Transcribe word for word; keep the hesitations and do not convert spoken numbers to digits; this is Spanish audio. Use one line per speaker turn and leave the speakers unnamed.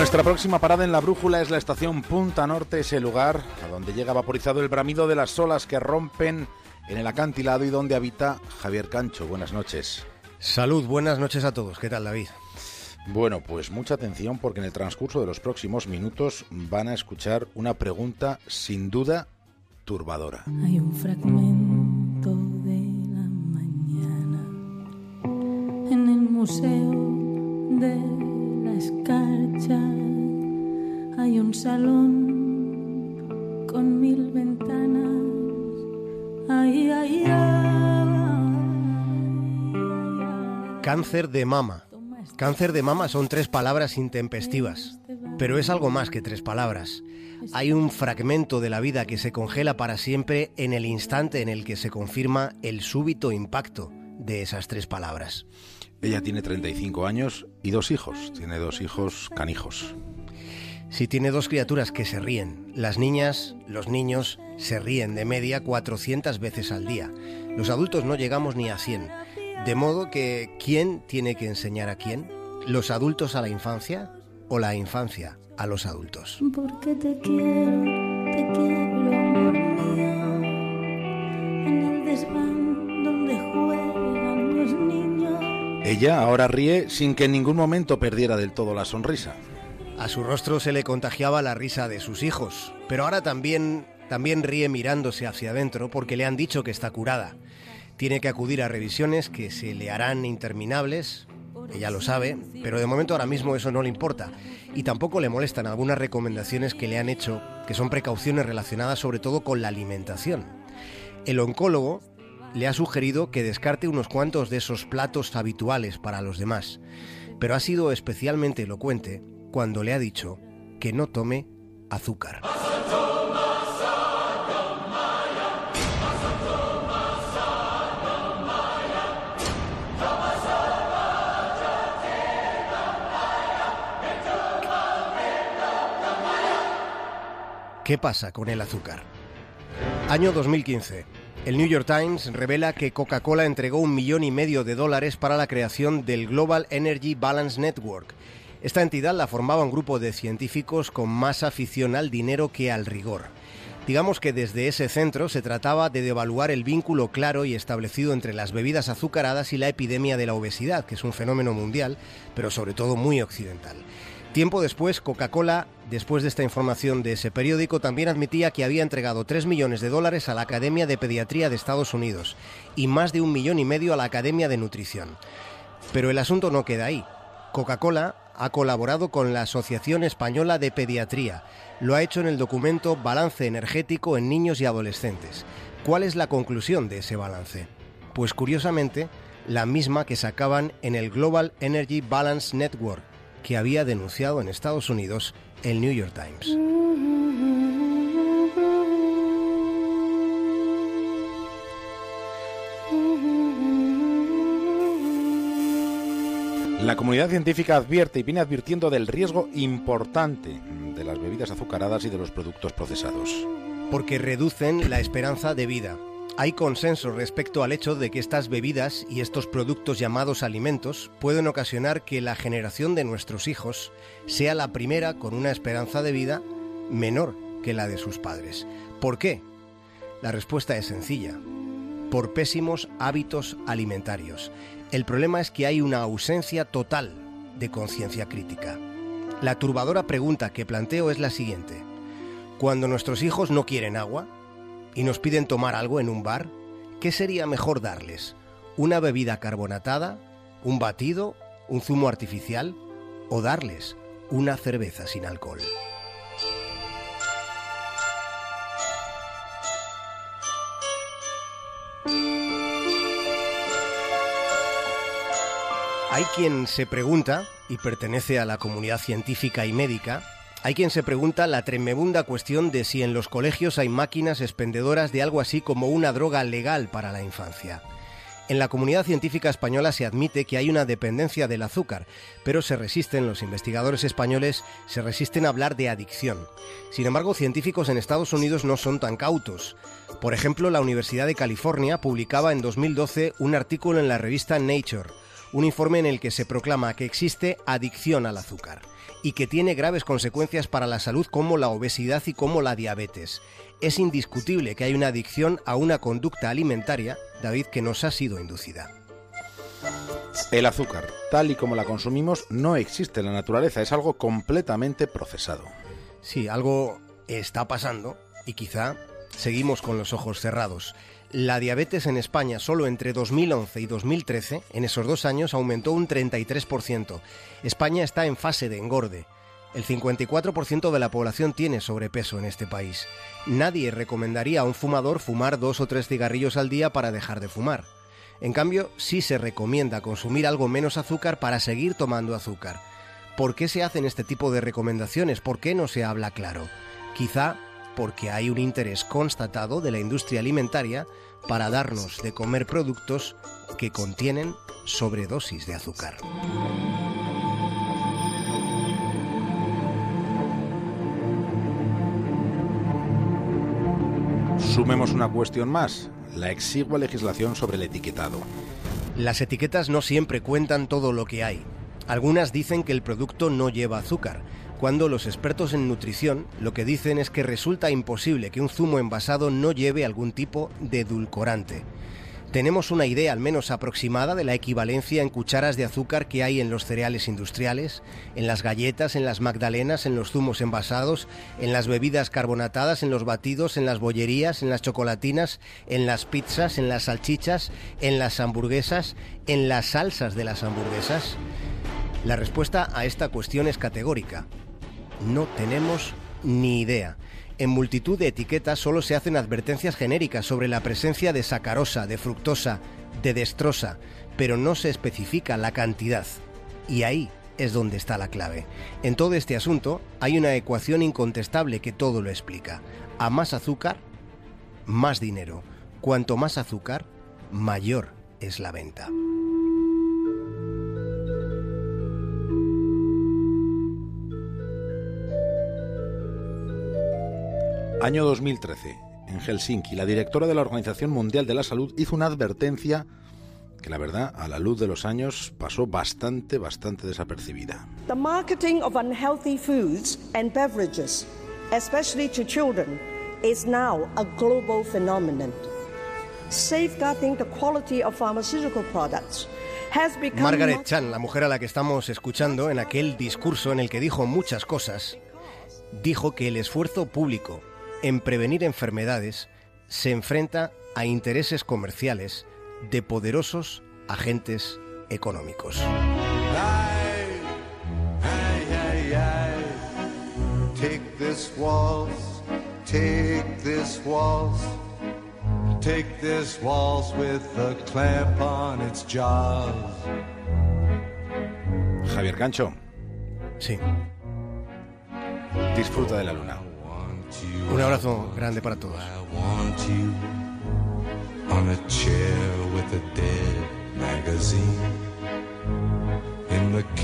Nuestra próxima parada en la brújula es la estación Punta Norte, ese lugar a donde llega vaporizado el bramido de las olas que rompen en el acantilado y donde habita Javier Cancho. Buenas noches.
Salud, buenas noches a todos. ¿Qué tal, David?
Bueno, pues mucha atención porque en el transcurso de los próximos minutos van a escuchar una pregunta sin duda turbadora.
Hay un fragmento de la mañana en el Museo de la Escarcha. Hay un salón con mil ventanas. Ay, ay, ay, ay.
Cáncer de mama. Cáncer de mama son tres palabras intempestivas, pero es algo más que tres palabras. Hay un fragmento de la vida que se congela para siempre en el instante en el que se confirma el súbito impacto de esas tres palabras.
Ella tiene treinta y cinco años y dos hijos. Tiene dos hijos canijos.
Sí, tiene dos criaturas que se ríen. Las niñas, los niños, se ríen de media cuatrocientas veces al día. Los adultos no llegamos ni a cien. De modo que, ¿quién tiene que enseñar a quién? ¿Los adultos a la infancia o la infancia a los adultos?
Porque te quiero, te quiero, amor mío, en el desván donde juegan los niños.
Ella ahora ríe sin que en ningún momento perdiera del todo la sonrisa.
A su rostro se le contagiaba la risa de sus hijos, pero ahora también, también ríe mirándose hacia adentro porque le han dicho que está curada. Tiene que acudir a revisiones que se le harán interminables, ella lo sabe, pero de momento ahora mismo eso no le importa. Y tampoco le molestan algunas recomendaciones que le han hecho, que son precauciones relacionadas sobre todo con la alimentación. El oncólogo le ha sugerido que descarte unos cuantos de esos platos habituales para los demás, pero ha sido especialmente elocuente cuando le ha dicho que no tome azúcar. ¿Qué pasa con el azúcar? Año dos mil quince. El New York Times revela que Coca-Cola entregó un millón y medio de dólares para la creación del Global Energy Balance Network. Esta entidad la formaba un grupo de científicos con más afición al dinero que al rigor. Digamos que desde ese centro se trataba de devaluar el vínculo claro y establecido entre las bebidas azucaradas y la epidemia de la obesidad, que es un fenómeno mundial, pero sobre todo muy occidental. Tiempo después, Coca-Cola, después de esta información de ese periódico, también admitía que había entregado tres millones de dólares a la Academia de Pediatría de Estados Unidos y más de un millón y medio a la Academia de Nutrición. Pero el asunto no queda ahí. Coca-Cola ha colaborado con la Asociación Española de Pediatría. Lo ha hecho en el documento Balance Energético en Niños y Adolescentes. ¿Cuál es la conclusión de ese balance? Pues curiosamente, la misma que sacaban en el Global Energy Balance Network, que había denunciado en Estados Unidos el New York Times.
La comunidad científica advierte y viene advirtiendo del riesgo importante de las bebidas azucaradas y de los productos procesados.
Porque reducen la esperanza de vida. Hay consenso respecto al hecho de que estas bebidas y estos productos llamados alimentos pueden ocasionar que la generación de nuestros hijos sea la primera con una esperanza de vida menor que la de sus padres. ¿Por qué? La respuesta es sencilla. Por pésimos hábitos alimentarios. El problema es que hay una ausencia total de conciencia crítica. La turbadora pregunta que planteo es la siguiente. Cuando nuestros hijos no quieren agua y nos piden tomar algo en un bar, ¿qué sería mejor darles? ¿Una bebida carbonatada? ¿Un batido? ¿Un zumo artificial? ¿O darles una cerveza sin alcohol? Hay quien se pregunta, y pertenece a la comunidad científica y médica, hay quien se pregunta la tremenda cuestión de si en los colegios hay máquinas expendedoras de algo así como una droga legal para la infancia. En la comunidad científica española se admite que hay una dependencia del azúcar, pero se resisten, los investigadores españoles se resisten a hablar de adicción. Sin embargo, científicos en Estados Unidos no son tan cautos. Por ejemplo, la Universidad de California publicaba en dos mil doce un artículo en la revista Nature, un informe en el que se proclama que existe adicción al azúcar. y que tiene graves consecuencias para la salud como la obesidad y como la diabetes. Es indiscutible que hay una adicción a una conducta alimentaria, David, que nos ha sido inducida.
El azúcar, tal y como la consumimos, no existe en la naturaleza, es algo completamente procesado.
Sí, algo está pasando y quizá seguimos con los ojos cerrados. La diabetes en España solo entre dos mil once y dos mil trece, en esos dos años, aumentó un treinta y tres por ciento. España está en fase de engorde. El cincuenta y cuatro por ciento de la población tiene sobrepeso en este país. Nadie recomendaría a un fumador fumar dos o tres cigarrillos al día para dejar de fumar. En cambio, sí se recomienda consumir algo menos azúcar para seguir tomando azúcar. ¿Por qué se hacen este tipo de recomendaciones? ¿Por qué no se habla claro? Quizá porque hay un interés constatado de la industria alimentaria para darnos de comer productos que contienen sobredosis de azúcar.
Sumemos una cuestión más, la exigua legislación sobre el etiquetado.
Las etiquetas no siempre cuentan todo lo que hay. Algunas dicen que el producto no lleva azúcar, cuando los expertos en nutrición lo que dicen es que resulta imposible que un zumo envasado no lleve algún tipo de edulcorante. Tenemos una idea al menos aproximada de la equivalencia en cucharas de azúcar que hay en los cereales industriales, en las galletas, en las magdalenas, en los zumos envasados, en las bebidas carbonatadas, en los batidos, en las bollerías, en las chocolatinas, en las pizzas, en las salchichas, en las hamburguesas, en las salsas de las hamburguesas. La respuesta a esta cuestión es categórica. No tenemos ni idea. En multitud de etiquetas solo se hacen advertencias genéricas sobre la presencia de sacarosa, de fructosa, de dextrosa, pero no se especifica la cantidad. Y ahí es donde está la clave. En todo este asunto hay una ecuación incontestable que todo lo explica. A más azúcar, más dinero. Cuanto más azúcar, mayor es la venta.
Año dos mil trece. En Helsinki, la directora de la Organización Mundial de la Salud hizo una advertencia que, la verdad, a la luz de los años, pasó bastante, bastante desapercibida.
The marketing of unhealthy foods and beverages, especially to children, is now a global phenomenon. Safeguarding the quality of pharmaceutical products has become...
Margaret Chan, la mujer a la que estamos escuchando, en aquel discurso en el que dijo muchas cosas, dijo que el esfuerzo público en prevenir enfermedades se enfrenta a intereses comerciales de poderosos agentes económicos.
Ay, ay, ay, ay. Take this waltz, take this waltz, take this waltz with a clamp on its jaws.
Javier Cancho.
Sí.
Disfruta de la luna.
Un abrazo grande para todos.
I want you on a chair with a dead magazine in the